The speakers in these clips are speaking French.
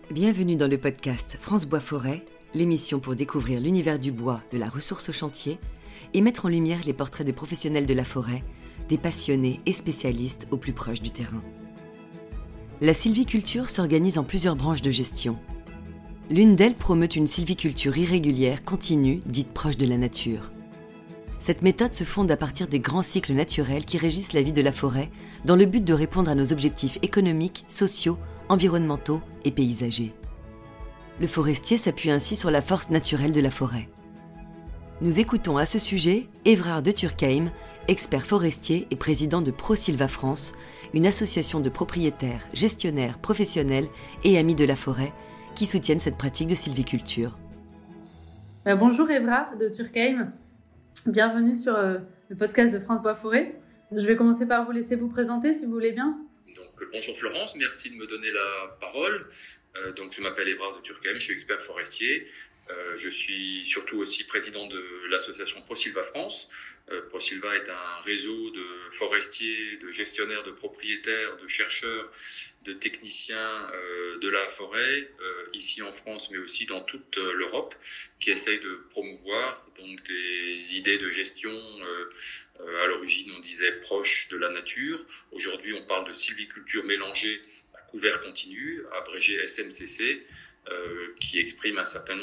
Bienvenue dans le podcast France Bois Forêt, l'émission pour découvrir l'univers du bois, de la ressource au chantier et mettre en lumière les portraits de professionnels de la forêt, des passionnés et spécialistes au plus proche du terrain. La sylviculture s'organise en plusieurs branches de gestion. L'une d'elles promeut une sylviculture irrégulière, continue, dite proche de la nature. Cette méthode se fonde à partir des grands cycles naturels qui régissent la vie de la forêt dans le but de répondre à nos objectifs économiques, sociaux, environnementaux et paysagers. Le forestier s'appuie ainsi sur la force naturelle de la forêt. Nous écoutons à ce sujet Évrard de Turckheim, expert forestier et président de ProSylva France, une association de propriétaires, gestionnaires, professionnels et amis de la forêt qui soutiennent cette pratique de sylviculture. Bonjour Évrard de Turckheim, bienvenue sur le podcast de France Bois Forêt. Je vais commencer par vous laisser vous présenter si vous voulez bien. Bonjour Florence, merci de me donner la parole. Je m'appelle Évrard de Turckheim, je suis expert forestier. Je suis surtout aussi président de l'association ProSylva France. ProSylva est un réseau de forestiers, de gestionnaires, de propriétaires, de chercheurs, de techniciens de la forêt, ici en France mais aussi dans toute l'Europe, qui essayent de promouvoir donc des idées de gestion. À l'origine, on disait proche de la nature. Aujourd'hui, on parle de sylviculture mélangée à couvert continu, abrégé SMCC, qui exprime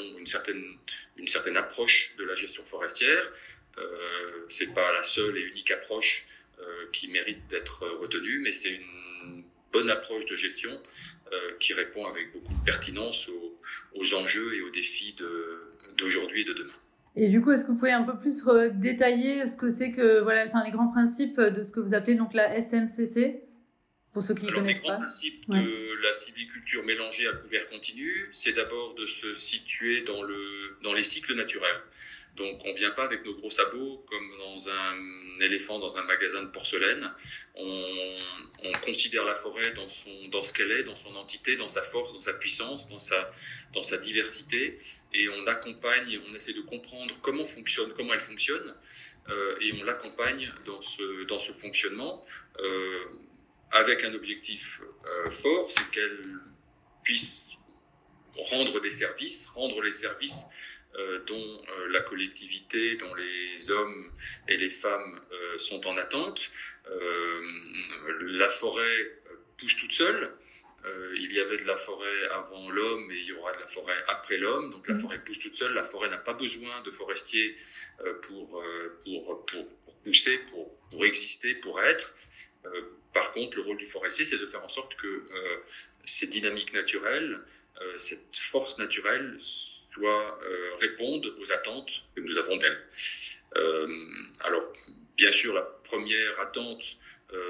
une certaine approche de la gestion forestière. C'est pas la seule et unique approche qui mérite d'être retenue, mais c'est une bonne approche de gestion qui répond avec beaucoup de pertinence aux enjeux et aux défis d'aujourd'hui et de demain. Et du coup, est-ce que vous pouvez un peu plus détailler ce que c'est que les grands principes de ce que vous appelez donc la SMCC pour ceux qui ne connaissent pas? Les grands principes de la sylviculture mélangée à couvert continu, c'est d'abord de se situer dans les cycles naturels. Donc, on vient pas avec nos gros sabots comme dans un éléphant dans un magasin de porcelaine. On considère la forêt dans ce qu'elle est, dans son entité, dans sa force, dans sa puissance, dans sa diversité, et on accompagne, on essaie de comprendre comment elle fonctionne, et on l'accompagne dans ce fonctionnement avec un objectif fort, c'est qu'elle puisse rendre les services dont la collectivité, dont les hommes et les femmes sont en attente. La forêt pousse toute seule. Il y avait de la forêt avant l'homme et il y aura de la forêt après l'homme. Donc la forêt pousse toute seule. La forêt n'a pas besoin de forestiers pour pousser, pour exister, pour être. Par contre, le rôle du forestier, c'est de faire en sorte que ces dynamiques naturelles, cette force naturelle répondent aux attentes que nous avons d'elles. Alors, bien sûr, la première attente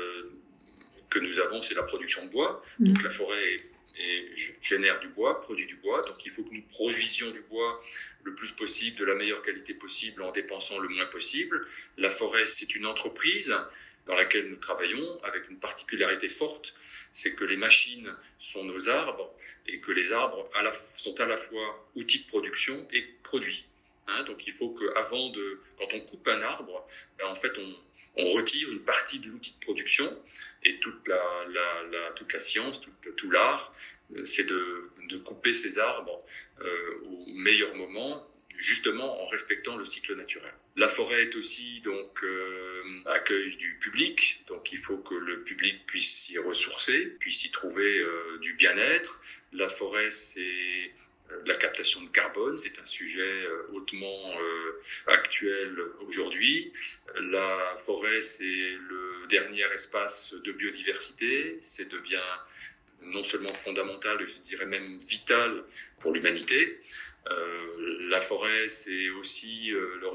que nous avons, c'est la production de bois. Donc, la forêt génère du bois, produit du bois. Donc, il faut que nous produisions du bois le plus possible, de la meilleure qualité possible, en dépensant le moins possible. La forêt, c'est une entreprise dans laquelle nous travaillons, avec une particularité forte, c'est que les machines sont nos arbres et que les arbres sont à la fois outils de production et produits. Donc il faut quand on coupe un arbre, en fait on retire une partie de l'outil de production, et toute la science, tout l'art, c'est de couper ces arbres au meilleur moment, justement en respectant le cycle naturel. La forêt est aussi accueil du public, donc il faut que le public puisse s'y ressourcer, puisse y trouver du bien-être. La forêt, c'est la captation de carbone, c'est un sujet hautement actuel aujourd'hui. La forêt, c'est le dernier espace de biodiversité, ça devient non seulement fondamental, je dirais même vital pour l'humanité. La forêt, c'est aussi la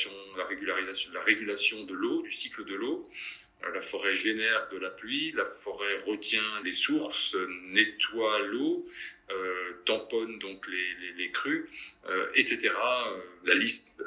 régulation de l'eau, du cycle de l'eau. La forêt génère de la pluie, la forêt retient les sources, nettoie l'eau, tamponne donc les crues, etc. La liste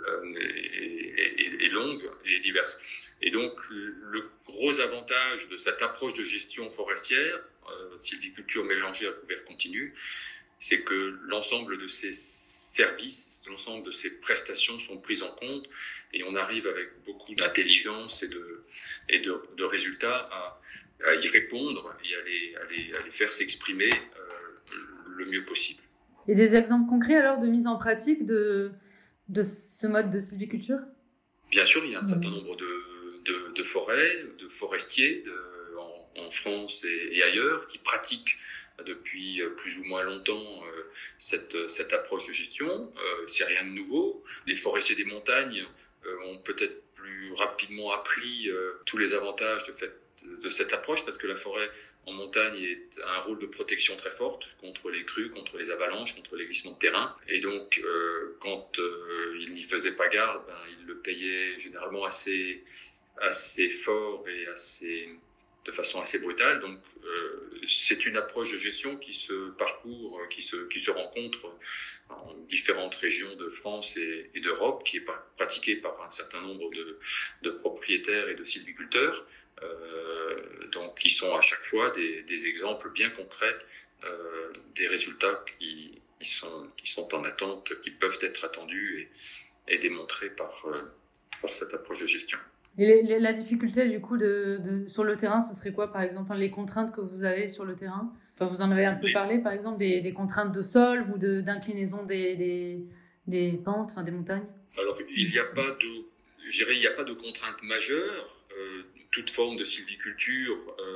est longue et diverse. Et donc, le gros avantage de cette approche de gestion forestière, sylviculture mélangée à couvert continu, c'est que l'ensemble de ces services, l'ensemble de ces prestations sont prises en compte, et on arrive avec beaucoup d'intelligence et de résultats à y répondre et à les faire s'exprimer le mieux possible. Et des exemples concrets alors de mise en pratique de ce mode de sylviculture ? Bien sûr, il y a un certain nombre de forêts, de forestiers en France et ailleurs qui pratiquent depuis plus ou moins longtemps cette approche de gestion. C'est rien de nouveau. Les forestiers des montagnes ont peut-être plus rapidement appris tous les avantages de cette approche, parce que la forêt en montagne a un rôle de protection très forte contre les crues, contre les avalanches, contre les glissements de terrain. Et donc, quand ils n'y faisaient pas garde, ils le payaient généralement assez fort et de façon assez brutale. Donc, c'est une approche de gestion qui se parcourt, qui se rencontre en différentes régions de France et d'Europe, qui est pratiquée par un certain nombre de propriétaires et de sylviculteurs. Donc, qui sont à chaque fois des exemples bien concrets des résultats qui sont en attente, qui peuvent être attendus et démontrés par cette approche de gestion. Et la difficulté du coup sur le terrain, ce serait quoi par exemple, les contraintes que vous avez sur le terrain ? Enfin, vous en avez un peu parlé par exemple, des contraintes de sol ou d'inclinaison des pentes, enfin des montagnes ? Alors il n'y a pas de contraintes majeures. Toute forme de sylviculture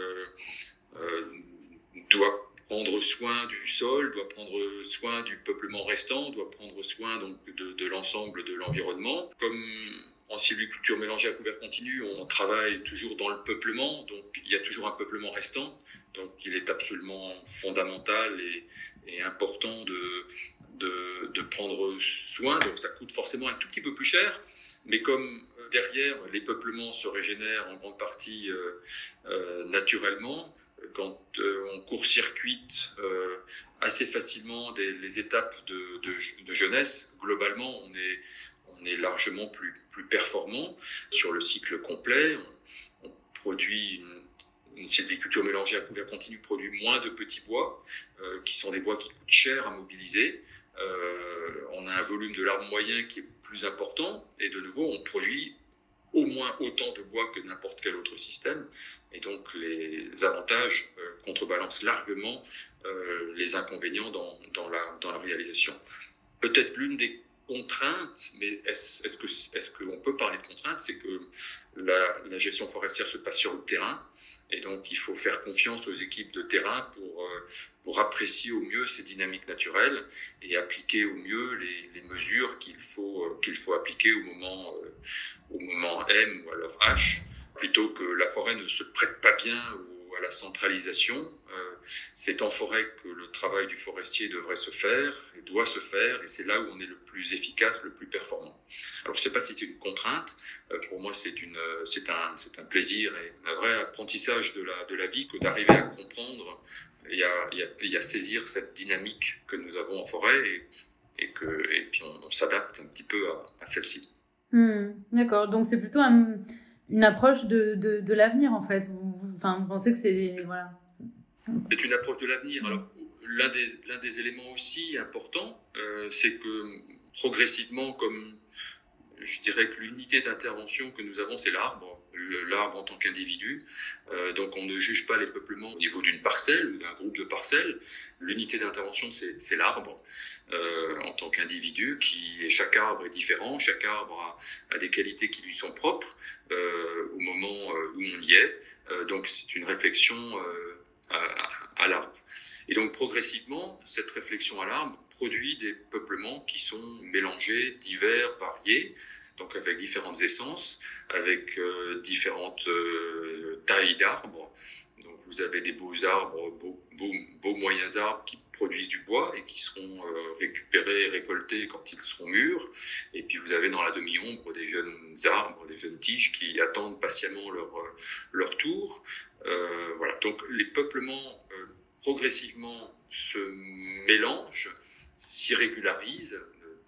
doit prendre soin du sol, doit prendre soin du peuplement restant, doit prendre soin donc de l'ensemble de l'environnement. Comme en sylviculture mélangée à couvert continu, on travaille toujours dans le peuplement, donc il y a toujours un peuplement restant. Donc il est absolument fondamental et important de prendre soin. Donc ça coûte forcément un tout petit peu plus cher, mais comme derrière, les peuplements se régénèrent en grande partie naturellement. Quand on court-circuite assez facilement les étapes de jeunesse, globalement, on est largement plus performant sur le cycle complet. On produit une sylviculture mélangée à couvert continu produit moins de petits bois, qui sont des bois qui coûtent cher à mobiliser. On a un volume de l'arbre moyen qui est plus important, et de nouveau, on produit au moins autant de bois que n'importe quel autre système, et donc les avantages contrebalancent largement les inconvénients dans la réalisation. Peut-être l'une des contraintes, mais est-ce qu'on peut parler de contraintes, c'est que la gestion forestière se passe sur le terrain, et donc il faut faire confiance aux équipes de terrain pour apprécier au mieux ces dynamiques naturelles et appliquer au mieux les mesures qu'il faut appliquer au moment M ou alors H, plutôt que la forêt ne se prête pas bien à la centralisation. C'est en forêt que le travail du forestier devrait se faire et doit se faire, et c'est là où on est le plus efficace, le plus performant. Alors je ne sais pas si c'est une contrainte, pour moi c'est un plaisir et un vrai apprentissage de la vie que d'arriver à comprendre et à saisir cette dynamique que nous avons en forêt et puis on s'adapte un petit peu à celle-ci. D'accord, donc c'est plutôt une approche de l'avenir en fait. Vous pensez que c'est voilà. C'est une approche de l'avenir. Alors, l'un des éléments aussi importants, c'est que progressivement, comme je dirais que l'unité d'intervention que nous avons, c'est l'arbre en tant qu'individu. Donc, on ne juge pas les peuplements au niveau d'une parcelle ou d'un groupe de parcelles. L'unité d'intervention, c'est l'arbre en tant qu'individu, et chaque arbre est différent. Chaque arbre a des qualités qui lui sont propres au moment où on y est. Donc, c'est une réflexion à l'arbre. Et donc progressivement, cette réflexion à l'arbre produit des peuplements qui sont mélangés, divers, variés, donc avec différentes essences, avec différentes tailles d'arbres. Donc vous avez des beaux arbres, beaux moyens arbres qui produisent du bois et qui seront récupérés et récoltés quand ils seront mûrs. Et puis vous avez dans la demi-ombre des jeunes arbres, des jeunes tiges qui attendent patiemment leur tour. Voilà. Donc les peuplements progressivement se mélangent, s'y régularisent. Le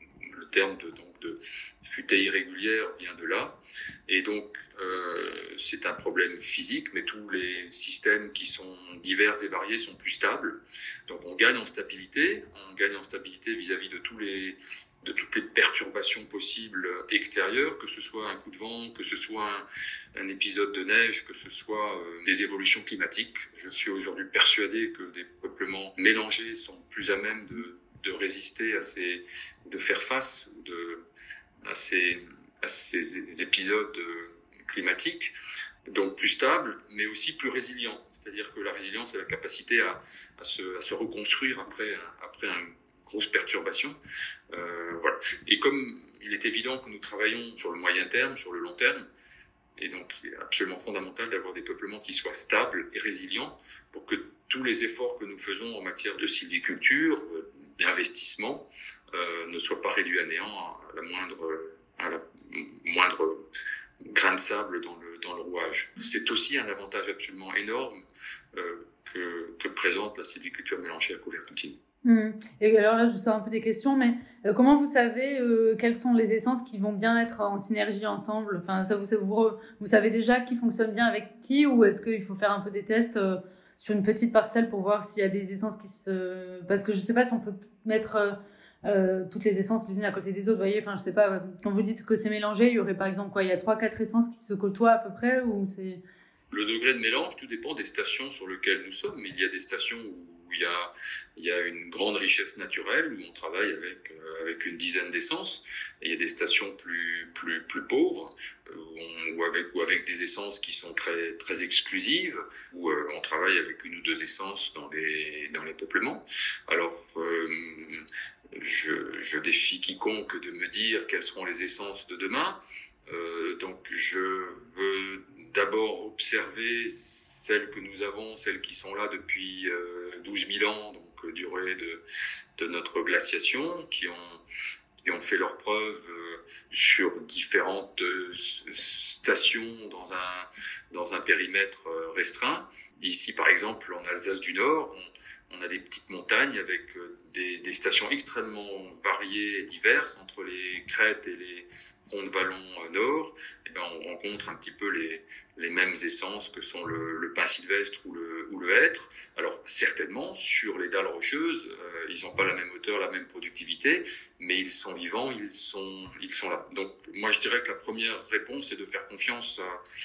le terme de futaie irrégulière vient de là. Et donc, c'est un problème physique, mais tous les systèmes qui sont divers et variés sont plus stables. Donc, on gagne en stabilité vis-à-vis de toutes les perturbations possibles extérieures, que ce soit un coup de vent, que ce soit un épisode de neige, que ce soit des évolutions climatiques. Je suis aujourd'hui persuadé que des peuplements mélangés sont plus à même de résister de faire face à ces épisodes climatiques, donc plus stables, mais aussi plus résilients. C'est-à-dire que la résilience, c'est la capacité à se reconstruire après une grosse perturbation. Voilà. Et comme il est évident que nous travaillons sur le moyen terme, sur le long terme, et donc il est absolument fondamental d'avoir des peuplements qui soient stables et résilients pour que tous les efforts que nous faisons en matière de sylviculture, d'investissement, ne soient pas réduits à néant à la moindre grain de sable dans le rouage. C'est aussi un avantage absolument énorme que présente la sylviculture mélangée à couvert continu. Et alors là, je sors un peu des questions, mais comment vous savez quelles sont les essences qui vont bien être en synergie ensemble? Enfin, ça, vous savez déjà qui fonctionne bien avec qui, ou est-ce qu'il faut faire un peu des tests sur une petite parcelle pour voir s'il y a des essences Parce que je sais pas si on peut mettre toutes les essences les unes à côté des autres, vous voyez, enfin, je sais pas, quand vous dites que c'est mélangé, il y aurait par exemple il y a 3-4 essences qui se côtoient à peu près, ou c'est... Le degré de mélange, tout dépend des stations sur lesquelles nous sommes. Il y a des stations où il y a une grande richesse naturelle, où on travaille avec une dizaine d'essences, et il y a des stations plus pauvres, ou avec des essences qui sont très, très exclusives, où on travaille avec une ou deux essences dans les peuplements. Alors, je défie quiconque de me dire quelles seront les essences de demain. Donc je veux d'abord observer celles que nous avons, celles qui sont là depuis 12 000 ans, donc durée de notre glaciation, qui ont fait leurs preuves sur différentes stations dans un périmètre restreint. Ici, par exemple, en Alsace du Nord, on a des petites montagnes avec des stations extrêmement variées et diverses entre les crêtes et les ronds de vallons nord. Et ben, on rencontre un petit peu les mêmes essences que sont le pin sylvestre ou le hêtre. Alors certainement sur les dalles rocheuses, ils n'ont pas la même hauteur, la même productivité, mais ils sont vivants, ils sont là. Donc moi je dirais que la première réponse est de faire confiance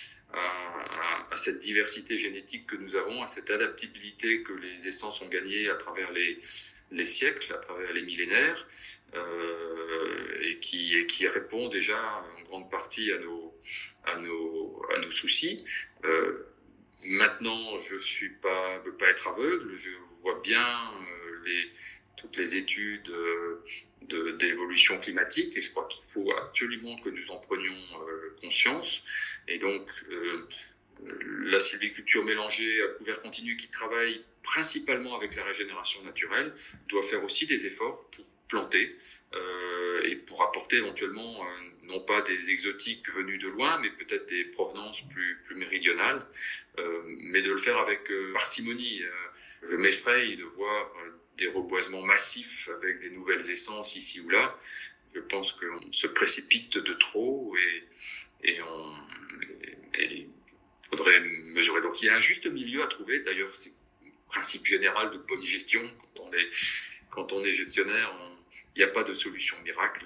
à cette diversité génétique que nous avons, à cette adaptabilité que les essences ont gagnée à travers les siècles, à travers les millénaires, et qui répond déjà en grande partie à nos soucis. Maintenant, je veux pas être aveugle, je vois bien toutes les études d'évolution climatique, et je crois qu'il faut absolument que nous en prenions conscience. Et donc, la sylviculture mélangée à couvert continu qui travaille principalement avec la régénération naturelle doit faire aussi des efforts pour planter et pour apporter éventuellement non pas des exotiques venus de loin, mais peut-être des provenances plus méridionales, mais de le faire avec parcimonie. Je m'effraie de voir des reboisements massifs avec des nouvelles essences ici ou là. Je pense qu'on se précipite de trop et il faudrait mesurer. Donc il y a un juste milieu à trouver. D'ailleurs, c'est le principe général de bonne gestion. Quand on est gestionnaire, il n'y a pas de solution miracle.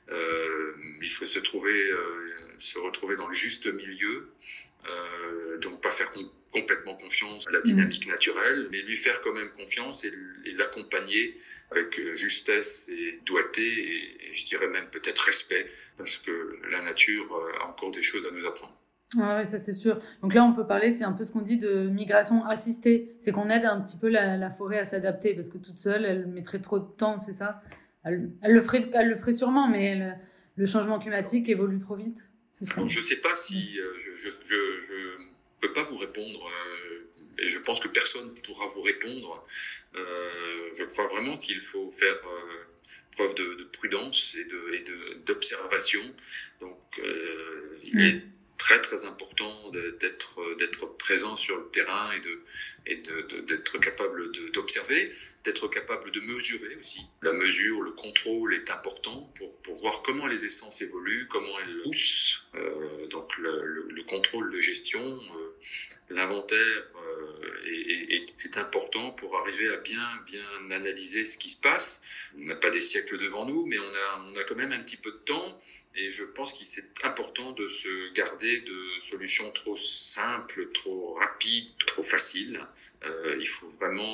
Il faut se retrouver dans le juste milieu. Donc pas faire complètement confiance à la dynamique naturelle, mais lui faire quand même confiance et l'accompagner avec justesse et doigté et je dirais même peut-être respect, parce que la nature a encore des choses à nous apprendre. Ah ouais, ça c'est sûr. Donc là, on peut parler, c'est un peu ce qu'on dit de migration assistée. C'est qu'on aide un petit peu la forêt à s'adapter, parce que toute seule, elle mettrait trop de temps, c'est ça? Elle le ferait sûrement, mais le changement climatique évolue trop vite. Je ne sais pas si je peux pas vous répondre. Et je pense que personne ne pourra vous répondre. Je crois vraiment qu'il faut faire preuve de prudence et d'observation. Donc, il est très très important d'être présent sur le terrain et d'être capable d'observer, d'être capable de mesurer aussi. La mesure, le contrôle est important pour voir comment les essences évoluent, comment elles poussent. Donc le contrôle de gestion, l'inventaire est important pour arriver à bien analyser ce qui se passe. On n'a pas des siècles devant nous, mais on a quand même un petit peu de temps. Et je pense qu'il c'est important de se garder de solutions trop simples, trop rapides, trop faciles. Il faut vraiment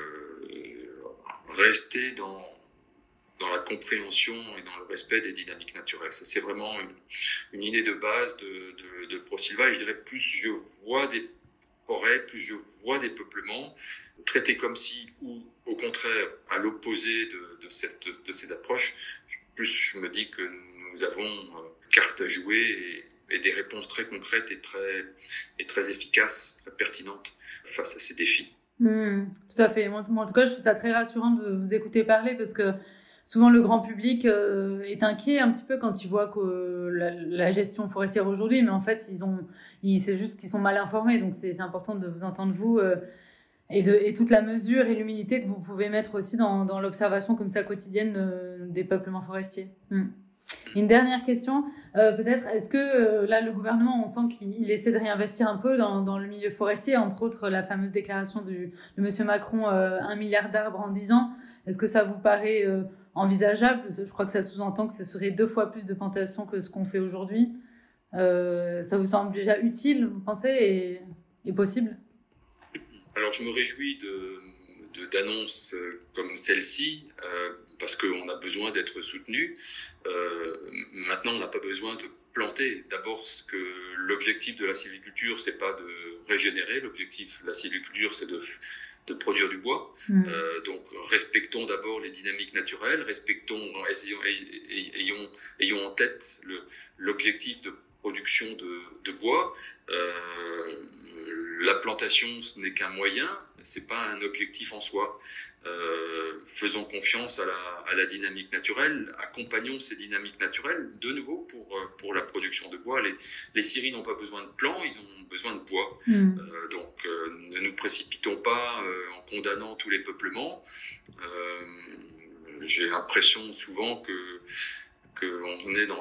rester dans la compréhension et dans le respect des dynamiques naturelles. Ça, c'est vraiment une idée de base de ProSilva. Et je dirais, plus je vois des forêts, plus je vois des peuplements traités comme si, ou au contraire, à l'opposé de cette approche, plus je me dis que nous avons carte à jouer et des réponses très concrètes et très efficaces, très pertinentes face à ces défis. Tout à fait. Moi, en tout cas, je trouve ça très rassurant de vous écouter parler parce que souvent le grand public est inquiet un petit peu quand il voit que la gestion forestière aujourd'hui, mais en fait, c'est juste qu'ils sont mal informés. Donc, c'est important de vous entendre, vous, et toute la mesure et l'humilité que vous pouvez mettre aussi dans l'observation comme ça quotidienne des peuplements forestiers. Une dernière question, peut-être, est-ce que là, le gouvernement, on sent qu'il essaie de réinvestir un peu dans le milieu forestier, entre autres la fameuse déclaration de M. Macron, 1 milliard d'arbres en 10 ans. Est-ce que ça vous paraît envisageable? Je crois que ça sous-entend que ce serait 2 fois plus de plantations que ce qu'on fait aujourd'hui. Ça vous semble déjà utile, vous pensez, et possible? Alors, je me réjouis d'annonces comme celle-ci, parce qu'on a besoin d'être soutenu. Maintenant, on n'a pas besoin de planter. D'abord, l'objectif de la sylviculture, c'est pas de régénérer. L'objectif de la sylviculture, c'est de produire du bois. Donc, respectons d'abord les dynamiques naturelles, ayons en tête l'objectif de production de bois. La plantation, ce n'est qu'un moyen, c'est pas un objectif en soi. Faisons confiance à la dynamique naturelle, accompagnons ces dynamiques naturelles de nouveau pour la production de bois. Les scieries n'ont pas besoin de plants, ils ont besoin de bois. Donc ne nous précipitons pas en condamnant tous les peuplements. J'ai l'impression souvent qu'on est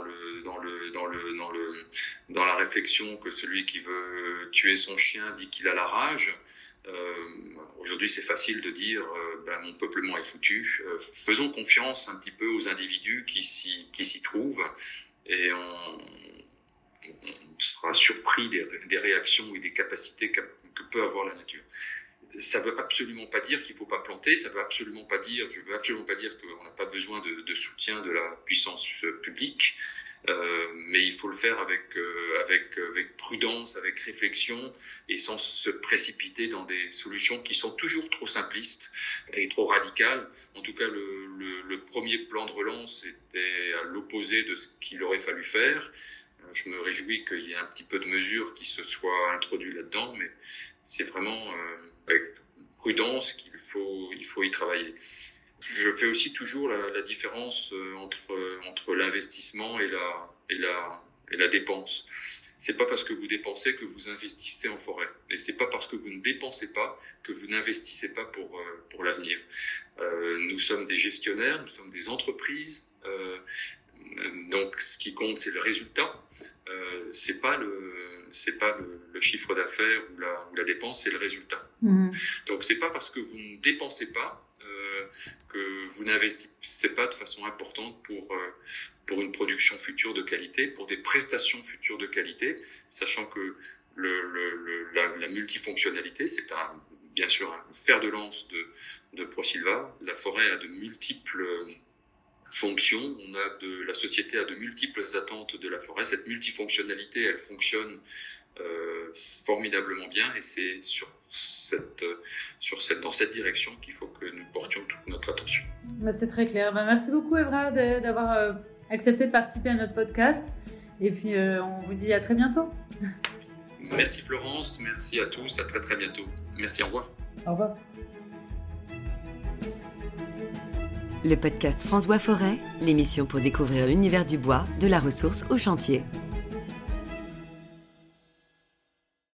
dans la réflexion que celui qui veut tuer son chien dit qu'il a la rage. Aujourd'hui, c'est facile de dire mon peuplement est foutu. Faisons confiance un petit peu aux individus qui s'y trouvent et on sera surpris des réactions et des capacités que peut avoir la nature. Ça veut absolument pas dire qu'il faut pas planter, je veux absolument pas dire qu'on n'a pas besoin de soutien de la puissance publique, mais il faut le faire avec prudence, avec réflexion et sans se précipiter dans des solutions qui sont toujours trop simplistes et trop radicales. En tout cas, le premier plan de relance était à l'opposé de ce qu'il aurait fallu faire. Je me réjouis qu'il y ait un petit peu de mesures qui se soient introduites là-dedans, mais c'est vraiment avec prudence qu'il faut y travailler. Je fais aussi toujours la différence entre l'investissement et la dépense. C'est pas parce que vous dépensez que vous investissez en forêt, et c'est pas parce que vous ne dépensez pas que vous n'investissez pas pour l'avenir. Nous sommes des gestionnaires, nous sommes des entreprises. Donc, ce qui compte, c'est le résultat. C'est pas le chiffre d'affaires ou la dépense, c'est le résultat. Donc, c'est pas parce que vous ne dépensez pas que vous n'investissez pas de façon importante pour une production future de qualité, pour des prestations futures de qualité, sachant que la multifonctionnalité, c'est bien sûr un fer de lance de ProSilva. La forêt a de multiples fonctions, la société a de multiples attentes de la forêt. Cette multifonctionnalité, elle fonctionne formidablement bien, et c'est dans cette direction qu'il faut que nous portions toute notre attention. C'est très clair. Merci beaucoup, Evra, d'avoir accepté de participer à notre podcast, et puis on vous dit à très bientôt. Merci Florence, merci à tous, à très très bientôt. Merci, au revoir. Au revoir. Le podcast France Bois Forêt, l'émission pour découvrir l'univers du bois, de la ressource au chantier.